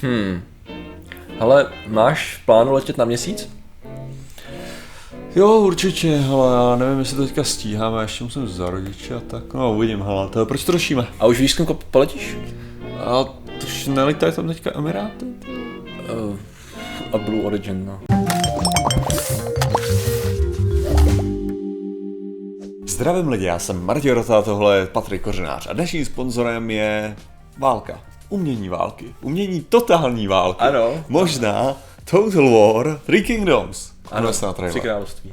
Hele, máš v plánu letět na Měsíc? Jo, určitě, ale já nevím, jestli to teďka stíháme, ještě musím za rodiče a tak, no uvidím, hele, to proč to rušíme? A už víš, s kým poletíš? A to už nelítají tam teďka Emiráty? A Blue Origin, no. Zdravím lidi, já jsem Martin Rota, tohle je Patrik Kořenář a dnešním sponzorem je válka. Umění války. Umění totální války. Ano. Možná Total War, Three Kingdoms. Ano, 3 království.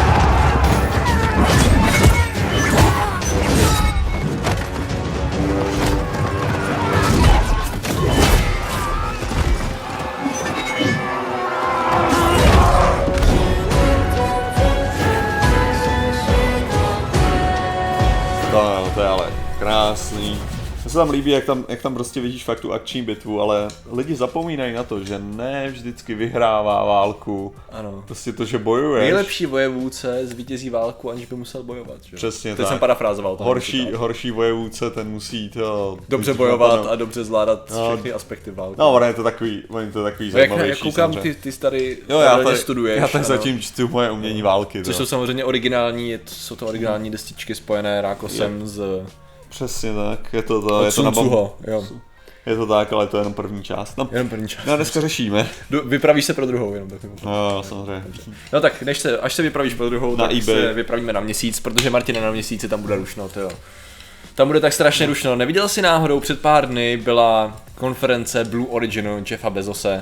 To je ale krásný. Mně se tam líbí, jak tam prostě vidíš fakt tu akční bitvu, ale lidi zapomínají na to, že ne vždycky vyhrává válku. Ano. Prostě to, že bojuješ. Nejlepší vojevůdce zvítězí válku, aniž by musel bojovat. Že? Přesně teď tak. jsem parafrázoval. Horší vojevůdce, ten musí to... dobře bojovat a dobře zvládat všechny aspekty války. No, ono je to takový zajímavější. Jak koukám, ty tady studuješ. Já tak zatím čtu moje umění války. Což jsou samozřejmě jsou to originální destičky spojené Rákosem z... Přesně tak, je to na jo. Je to tak, ale to je jenom první část. No, jenom první část. No, dneska řešíme. Vypravíš se pro druhou, jenom tak. No, samozřejmě. No tak, až se vypravíš pro druhou, na tak eBay. Se vypravíme na Měsíc, protože Martina na Měsíci tam bude rušno, to jo. Tam bude tak strašně rušno. Neviděl jsi náhodou, před pár dny byla konference Blue Originu Jeffa Bezose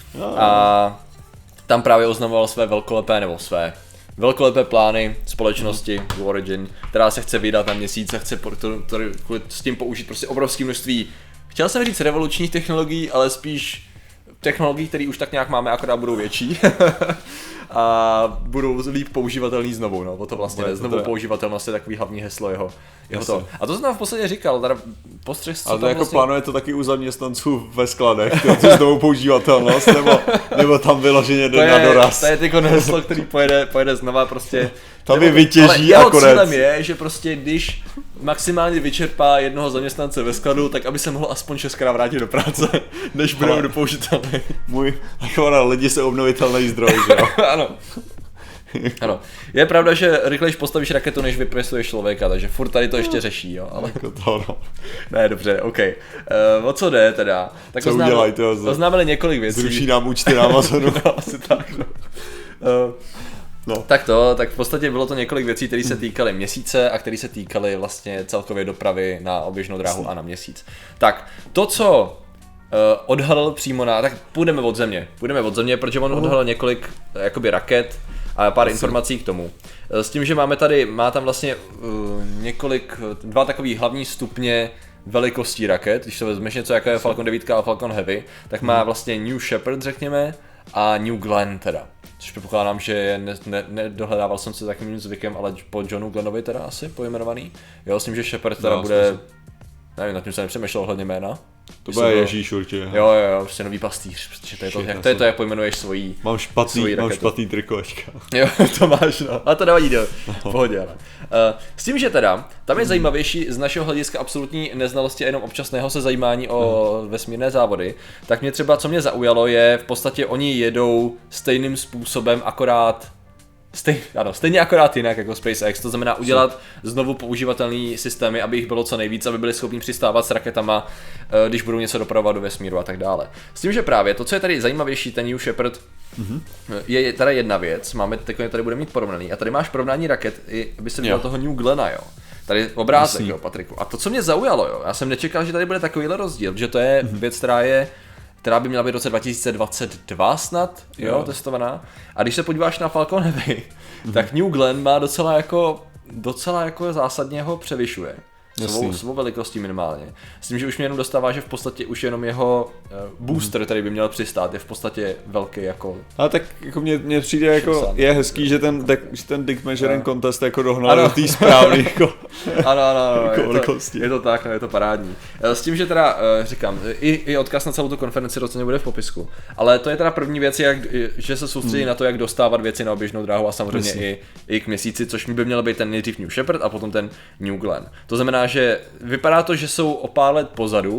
a tam právě oznamoval své velkolepé plány společnosti Blue Origin, která se chce vydat na Měsíc a chce s tím použít prostě obrovské množství, chtěl jsem říct revolučních technologií, ale spíš technologií, které už tak nějak máme, akorát budou větší a budou líp používatelný znovu, no, o to vlastně ne, znovu používatelnost je takový hlavní heslo jeho to. A to jsem tam v podstatě říkal, teda postřeh, co ale tam jako vlastně... plánuje to taky u zaměstnanců ve skladech, tu znovu používatelnost, nebo tam vyloženě jde na doraz. To je tyko heslo, který pojede znova prostě. Tam je vytěží ale a konec. cílem je, že prostě když maximálně vyčerpá jednoho zaměstnance ve skladu, tak aby se mohl aspoň 6krát vrátit do práce, než budou dopoužitelný. Lidi se obnovitelný zdroj, že jo? Ano. Je pravda, že rychlejš postavíš raketu, než vypěstuješ člověka, takže furt tady to ještě řeší, jo, ale... Jako to, no. Ne, dobře, OK. O co jde teda? Tak oznámili několik věcí. Zruší nám účty na Amazonu. No, asi tak, no. No. Tak v podstatě bylo to několik věcí, které se týkaly Měsíce a které se týkaly vlastně celkově dopravy na oběžnou dráhu a na Měsíc. Tak, to, co odhalil přímo tak půjdeme od země, protože on odhalil několik jakoby raket a pár informací k tomu. S tím, že má tam vlastně dva takový hlavní stupně velikostí raket, když to vezmeš něco jako je Falcon 9 a Falcon Heavy, tak má vlastně New Shepard, řekněme, a New Glenn teda. Což předpokládám, že nedohledával jsem se takovým zvykem, ale po Johnu Glennovi teda asi pojmenovaný. Jo, s tím, že Shepard teda bude... Nevím, nad tím jsem nepřemýšlel ohledně jména. To bude Ježíš určitě. Jo, prostě nový pastýř, protože to je to, jak pojmenuješ svojí Mám špatný trikočka. Jo, to máš, no. A to nevadí, v pohodě, ale. S tím, že teda, tam je zajímavější z našeho hlediska absolutní neznalosti a jenom občasného se zajímání o vesmírné závody, tak mě třeba, co mě zaujalo, je v podstatě oni jedou stejným způsobem, stejně akorát jinak jako SpaceX, to znamená udělat znovu používatelný systémy, aby jich bylo co nejvíc, aby byli schopni přistávat s raketama, když budou něco dopravovat do vesmíru a tak dále. S tím, že právě to, co je tady zajímavější, ten New Shepard, je tady jedna věc, tady budeme mít porovnaný, a tady máš porovnání raket, aby se viděl toho New Glenna, jo. Tady obrázek, jo, Patriku. A to, co mě zaujalo, jo, já jsem nečekal, že tady bude takovýhle rozdíl, že to je věc, která by měla být v roce 2022 snad, jo, testovaná. A když se podíváš na Falcon Heavy, tak New Glenn má docela jako zásadně ho převyšuje. Svou velikostí minimálně. S tím, že už mě jenom dostává, že v podstatě už jenom jeho booster, který by měl přistát, je v podstatě velký jako... Ale tak jako mně přijde jako, je hezký, že ten Dick Measuring Contest jako dohnal do té správný jako... Ano, jako velikosti. Je to tak, je to parádní. S tím, že teda říkám, i odkaz na celou tu konferenci rozhodně bude v popisku. Ale to je teda první věc, že se soustředí na to, jak dostávat věci na oběžnou dráhu a samozřejmě i k Měsíci, což by měl být ten nejdřív New Shepard a potom ten New Glenn. To znamená, že vypadá to, že jsou o pár let pozadu,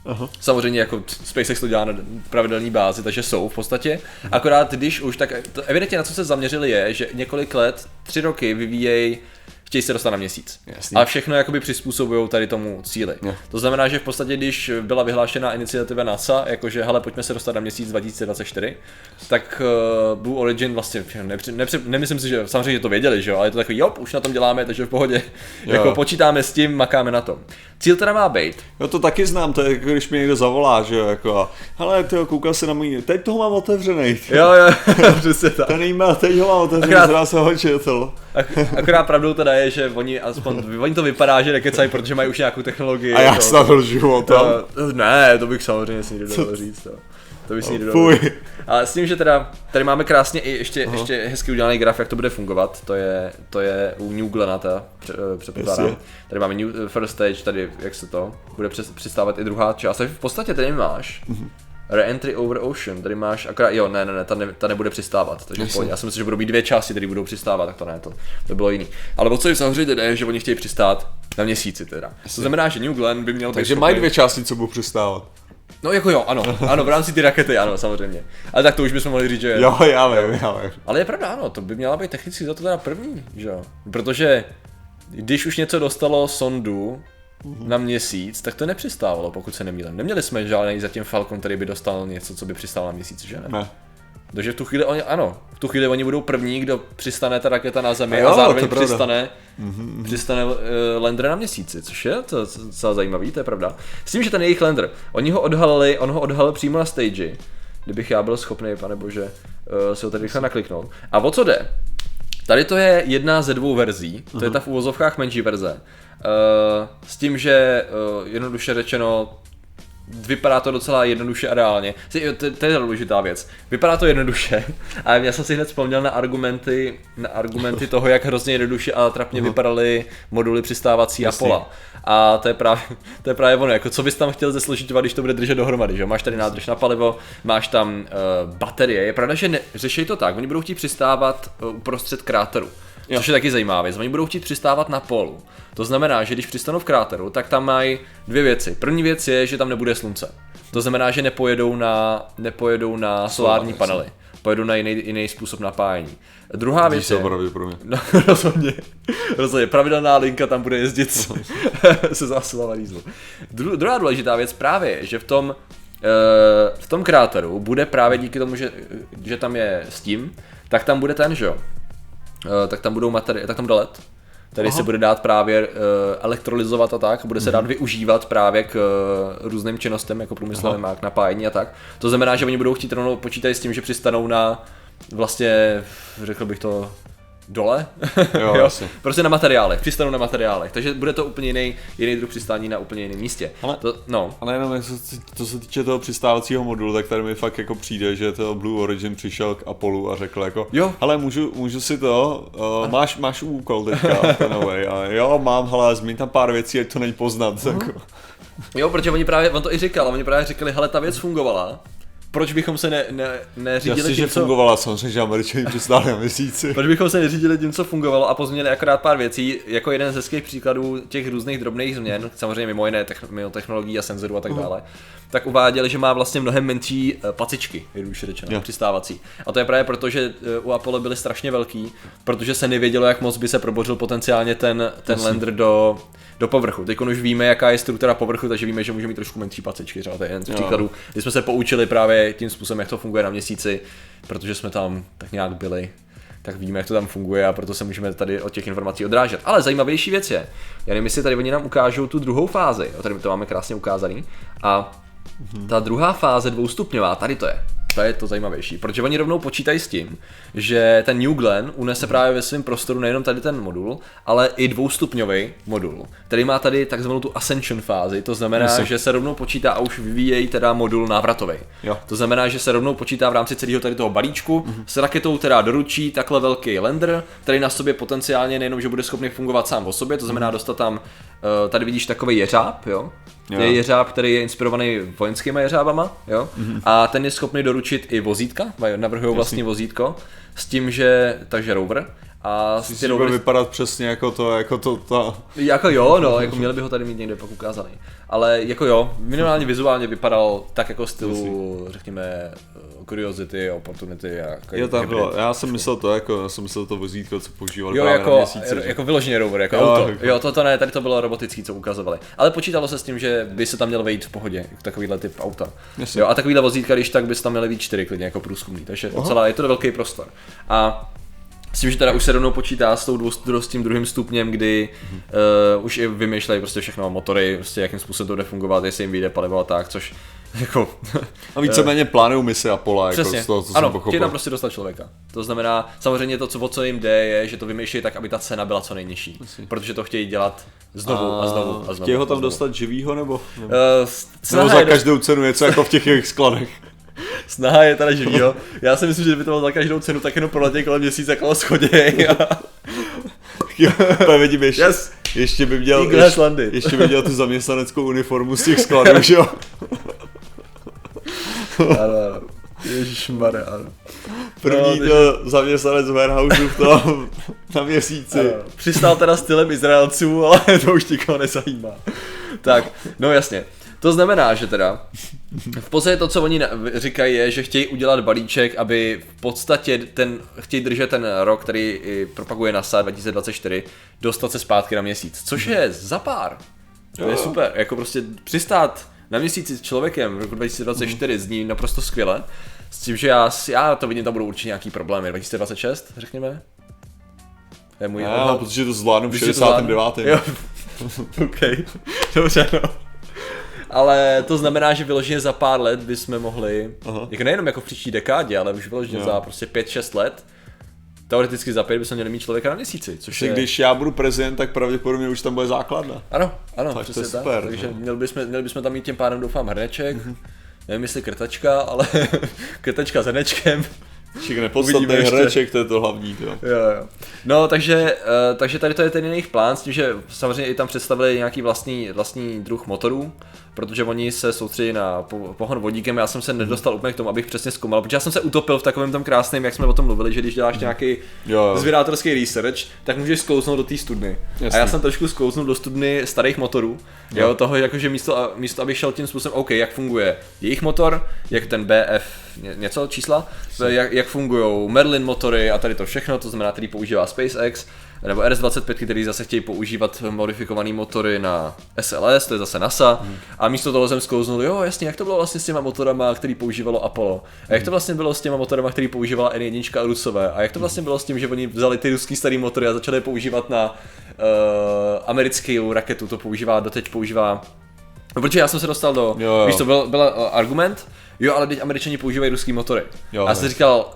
Aha. Samozřejmě jako SpaceX to dělá na pravidelné bázi, takže jsou v podstatě. Akorát když už, tak to evidentně na co se zaměřili je, že několik let, 3 roky vyvíjejí, chtějí se dostat na Měsíc. Jasný. A všechno jakoby přizpůsobují tady tomu cíli. To znamená, že v podstatě, když byla vyhlášena iniciativa NASA, jakože hele, pojďme se dostat na Měsíc 2024, tak Blue Origin vlastně, nemyslím si, že samozřejmě to věděli, že jo, ale je to takový, jo, už na tom děláme, takže v pohodě, jako počítáme s tím, makáme na tom. Cíl teda má být. Jo, to taky znám, to je jako když mě někdo zavolá, že jo, jako, hele, tyjo, koukal se na můj, teď toho mám otevřenej. Jo, přesně tak. Ten e-mail, teď ho mám otevřený, zrá se ho četl. Akorát pravdou teda je, že oni to vypadá, že nekecají, protože mají už nějakou technologii. A já snad lžu o tom. Ne, to bych samozřejmě si nedal říct. To bych si nedal říct. Ale s tím, že teda tady máme krásně i ještě hezky udělaný graf, jak to bude fungovat. To je u New Glena, předpokládám. Tady máme New First Stage, tady jak se to bude přistávat i druhá část. Takže v podstatě tady máš Re-entry over ocean, tady máš akorát, jo, ne, ta nebude přistávat, takže pojď. Já si myslím, že budou být 2 části, které budou přistávat, tak to ne, to bylo jiný. Ale o co jim samozřejmě jde, že oni chtějí přistát na Měsíci teda. To znamená, že New Glenn by měl takže mají 2 části, co budou přistávat. No jako jo, ano, v rámci ty rakety, ano, samozřejmě. Ale tak to už bychom mohli říct, že... Jo, já vím. Ale je pravda, ano, to by měla být technicky za to teda první, že jo. Protože když už něco dostalo sondu na Měsíc, tak to nepřistávalo, pokud se nemýlím. Neměli jsme žádný zatím Falcon, který by dostal něco, co by přistálo na Měsíc, že ne? Takže v tu chvíli oni budou první, kdo přistane ta raketa na Zemi a zároveň přistane lander na Měsíci, což je to docela zajímavý, to je pravda. S tím, že ten jejich lander, on ho odhalil přímo na stage, kdybych já byl schopný, pane bože, si ho tady rychle nakliknout. A o co jde? Tady to je jedna ze 2 verzí, to je ta v uvozovkách menší verze. S tím, že jednoduše řečeno, vypadá to docela jednoduše a reálně. To je důležitá věc. Vypadá to jednoduše a já jsem si hned vzpomněl na argumenty toho, jak hrozně jednoduše a trapně vypadaly moduly přistávací Apollo. A to je právě ono, jako co bys tam chtěl zesložitovat, když to bude držet dohromady, že? Máš tady nádrž na palivo, máš tam baterie. Je pravda, že řeší to tak, oni budou chtít přistávat uprostřed kráteru. Což je taky zajímá věc. Oni budou chtít přistávat na polu. To znamená, že když přistanou v kráteru, tak tam mají 2 věci. První věc je, že tam nebude slunce. To znamená, že nepojedou na solární panely. Pojedou na jiný způsob napájení. Druhá věc je... No, rozhodně. Pravidelná linka tam bude jezdit se zásobama dýzlu. Druhá důležitá věc právě je, že v tom kráteru bude právě díky tomu, že tam je stín, tak tam bude ten, že jo? Tak tam bude led, který se bude dát právě elektrolyzovat a tak, bude se dát využívat právě k různým činnostem, jako průmyslovým a k napájení a tak. To znamená, že oni budou chtít rovnou počítat s tím, že přistanou na vlastně, řekl bych to, dole, jo. Prostě na materiálech, přistanou na materiálech, takže bude to úplně jiný druh přistání na úplně jiném místě. Ale jenom to se týče toho přistávacího modulu, tak tady mi fakt jako přijde, že to Blue Origin přišel k Apollu a řekl jako, hele, můžu si to, máš úkol teďka, ten away, a jo, mám, hele, změň tam pár věcí, ať to není poznat, jako. Jo, protože on to i říkal, oni právě říkali, hele, ta věc fungovala. Proč bychom se neřídili tím, že fungovala, samozřejmě, že Američani přistáli na Měsíci. Proč bychom se neřídili tím, co fungovalo a pozměnili akorát pár věcí, jako jeden z hezkých příkladů těch různých drobných změn, samozřejmě mimo jiné technologií a senzorů a tak dále, tak uváděli, že má vlastně mnohem menší pacičky, jednoduše řečeno, přistávací. A to je právě proto, že u Apollo byly strašně velký, protože se nevědělo, jak moc by se probořil potenciálně ten lander do povrchu. Teď už víme, jaká je struktura povrchu, takže víme, že může mít trošku menší pacičky. Třeba to je jeden z příkladů, kdy jsme se poučili právě tím způsobem, jak to funguje na Měsíci, protože jsme tam tak nějak byli, tak víme, jak to tam funguje a proto se můžeme tady od těch informací odrážet. Ale zajímavější věc je, já nevím, jestli tady oni nám ukážou tu druhou fázi, tady to máme krásně ukázaný, a ta druhá fáze dvoustupňová, tady to je. To je to zajímavější, protože oni rovnou počítají s tím, že ten New Glenn unese právě ve svém prostoru nejenom tady ten modul, ale i dvoustupňový modul, který má tady takzvanou tu ascension fázi, to znamená, že se rovnou počítá a už vyvíjejí teda modul návratový. To znamená, že se rovnou počítá v rámci celého tady toho balíčku s raketou, která doručí takhle velký lander, který na sobě potenciálně nejenom, že bude schopný fungovat sám o sobě, to znamená dostat tam, tady vidíš takový jeřáb, jo? To je jeřáb, který je inspirovaný vojenskýma jeřábama, jo? A ten je schopný doručit i vozítka, navrhují vlastně vozítko, s tím, že, takže rover, A ty bude vypadat přesně jako to. Jako jo, no, jako měli by ho tady mít někde pak ukázaný. Ale jako jo, minimálně vizuálně vypadal tak jako stylu, řekněme, Curiosity, Opportunity a jo, tam bylo. Já jsem myslel to vozítko, co používali jo, právě jako, na měsíci. jako vyloženě rover, jako auto. Jo, to ne, tady to bylo robotický, co ukazovali. Ale počítalo se s tím, že by se tam měl vejít v pohodě, jako takovýhle typ auta. Jo, a takovýhle vozítka, když tak by se tam měly být 4 klidně jako průzkumný, takže docela je to velký prostor. A s tím, že teda už se rovnou počítá s tím druhým stupněm, kdy už i vymýšlejí prostě všechno motory, prostě jakým způsobem to bude fungovat, jestli jim vyjde palivo a tak, což jako... A víceméně plánují mise Apollo, jako z toho, co jsem pochopil. Ano, prostě dostat člověka. To znamená, samozřejmě to, o co jim jde, je, že to vymýšlejí tak, aby ta cena byla co nejnižší. Protože to chtějí dělat znovu a znovu. Chtějí ho tam dostat živýho, nebo za každou cenu něco jako v těch jejich skladech? Snaha je teda živýho. Já si myslím, že by to bylo za každou cenu tak jenom proletěj kolem měsíce kolem schoděj. Jo, vidím ještě by měl tu zaměstnaneckou uniformu z těch skladů, že jo? Ano. Ježišmarja, ano. První to zaměstnanec v warehouseu v tom na měsíci. Ano. Přistál teda stylem Izraelců, ale to už nikoho nezajímá. Tak, no jasně. To znamená, že teda v podstatě to, co oni říkají, je, že chtějí udělat balíček, aby v podstatě chtějí držet ten rok, který propaguje NASA 2024, dostat se zpátky na měsíc, což je za pár. To je super, jako prostě přistát na měsíci s člověkem v roku 2024 zní naprosto skvěle, s tím, že já to vidím, tam budou určitě nějaký problémy. 2026, řekněme? To je můj odhad. Protože to zvládnu v 69. Jo. OK, dobře, no. Ale to znamená, že vyloženě za pár let bychom mohli, jako nejenom jako v příští dekádě, ale už vyloženě za prostě 5-6 let, teoreticky za 5 bychom měli mít člověka na měsíci, což je... Když já budu prezident, tak pravděpodobně už tam bude základna. Ano, tak přesně to je super, tak. Takže měli bychom tam mít tím pádem, doufám, hrneček, nevím jestli krtačka, ale krtačka s hrnečkem. Všechny podstatný hrneček, to je to hlavní. Jo. No, takže tady to je ten jejich plán, s tím, že samozřejmě i tam představili nějaký vlastní druh motorů, protože oni se soustředí na pohon vodíkem. Já jsem se nedostal úplně k tomu, abych přesně zkoumal, protože já jsem se utopil v takovém tom krásném, jak jsme o tom mluvili, že když děláš nějaký zvědátorský research, tak můžeš sklouznout do té studny. Jasný. A já jsem trošku sklouznul do studny starých motorů, toho jakože místo abych šel tím způsobem, OK, jak funguje jejich motor, jak ten BF něco čísla, jak fungují Merlin motory a tady to všechno, to znamená, který používá SpaceX, nebo RS-25, který zase chtějí používat modifikované motory na SLS, to je zase NASA, a místo toho jsem sklouznul, jo jasně, jak to bylo vlastně s těma motorama, který používalo Apollo, a jak to vlastně bylo s těma motorama, který používala N1 a Rusové, a jak to vlastně bylo s tím, že oni vzali ty ruský starý motory a začali je používat na americkou raketu, doteď používá, no, protože já jsem se dostal do, víš, to byl argument, jo, ale teď Američani používají ruský motory. Jo, a já jsem říkal,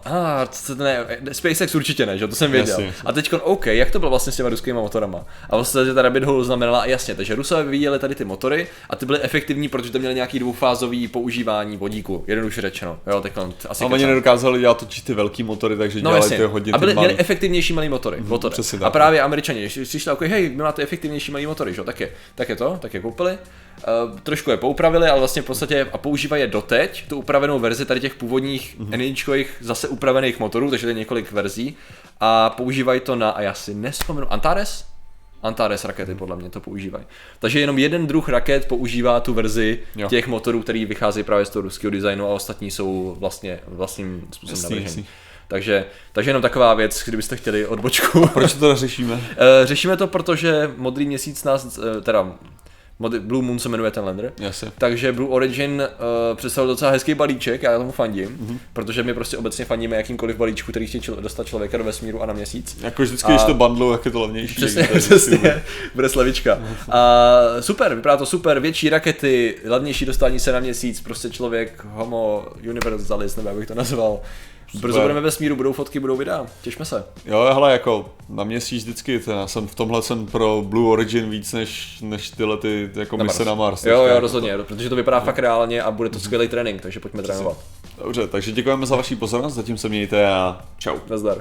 SpaceX určitě ne, že to jsem věděl. Jasně. A teďkon, OK, jak to bylo vlastně s těma ruskýma motorama? A vlastně ta rabbit hole znamenala jasně, takže Rusové vyvíjeli tady ty motory a ty byly efektivní, protože to měly nějaký dvoufázový používání vodíku, jednoduše řečeno. Jo, asi a oni nedokázali dělat točit ty velký motory, takže dělali ty hodně a měli efektivnější malý motory. A právě Američani přišli, OK, hej, my máte efektivnější malý motory, že? Tak je koupili. Trošku je poupravili, ale vlastně v podstatě a používají je doteď, tu upravenou verzi tady těch původních N1čkových zase upravených motorů, takže to je několik verzí a používají to a já si nespomenu, Antares rakety podle mě to používají. Takže jenom jeden druh raket používá tu verzi těch motorů, který vycházejí právě z toho ruského designu a ostatní jsou vlastně vlastním způsobem navržení. Takže jenom taková věc, kdybyste chtěli odbočku. A proč to řešíme? Řešíme to, protože modrý měsíc nás, Blue Moon se jmenuje ten lander, takže Blue Origin představil docela hezký balíček, já tomu fandím, protože my prostě obecně fandíme jakýmkoliv balíčku, který chtějí dostat člověka do vesmíru a na měsíc. Jako vždycky, když to bundlu, jak je to levnější. Přesně, bude slevička. A super, vypadá to super, větší rakety, levnější dostání se na měsíc, prostě člověk, homo universalis, nebo jak bych to nazval. Brzo budeme ve vesmíru, budou fotky, budou videa, těšme se. Jo, hele, jako na měsíc vždycky, já jsem v tomhle pro Blue Origin víc než tyhle ty jako mise na Mars. Jo, rozhodně, protože to vypadá fakt reálně a bude to skvělý trénink, takže pojďme trénovat. Dobře, takže děkujeme za vaši pozornost, zatím se mějte a čau. Nazdar.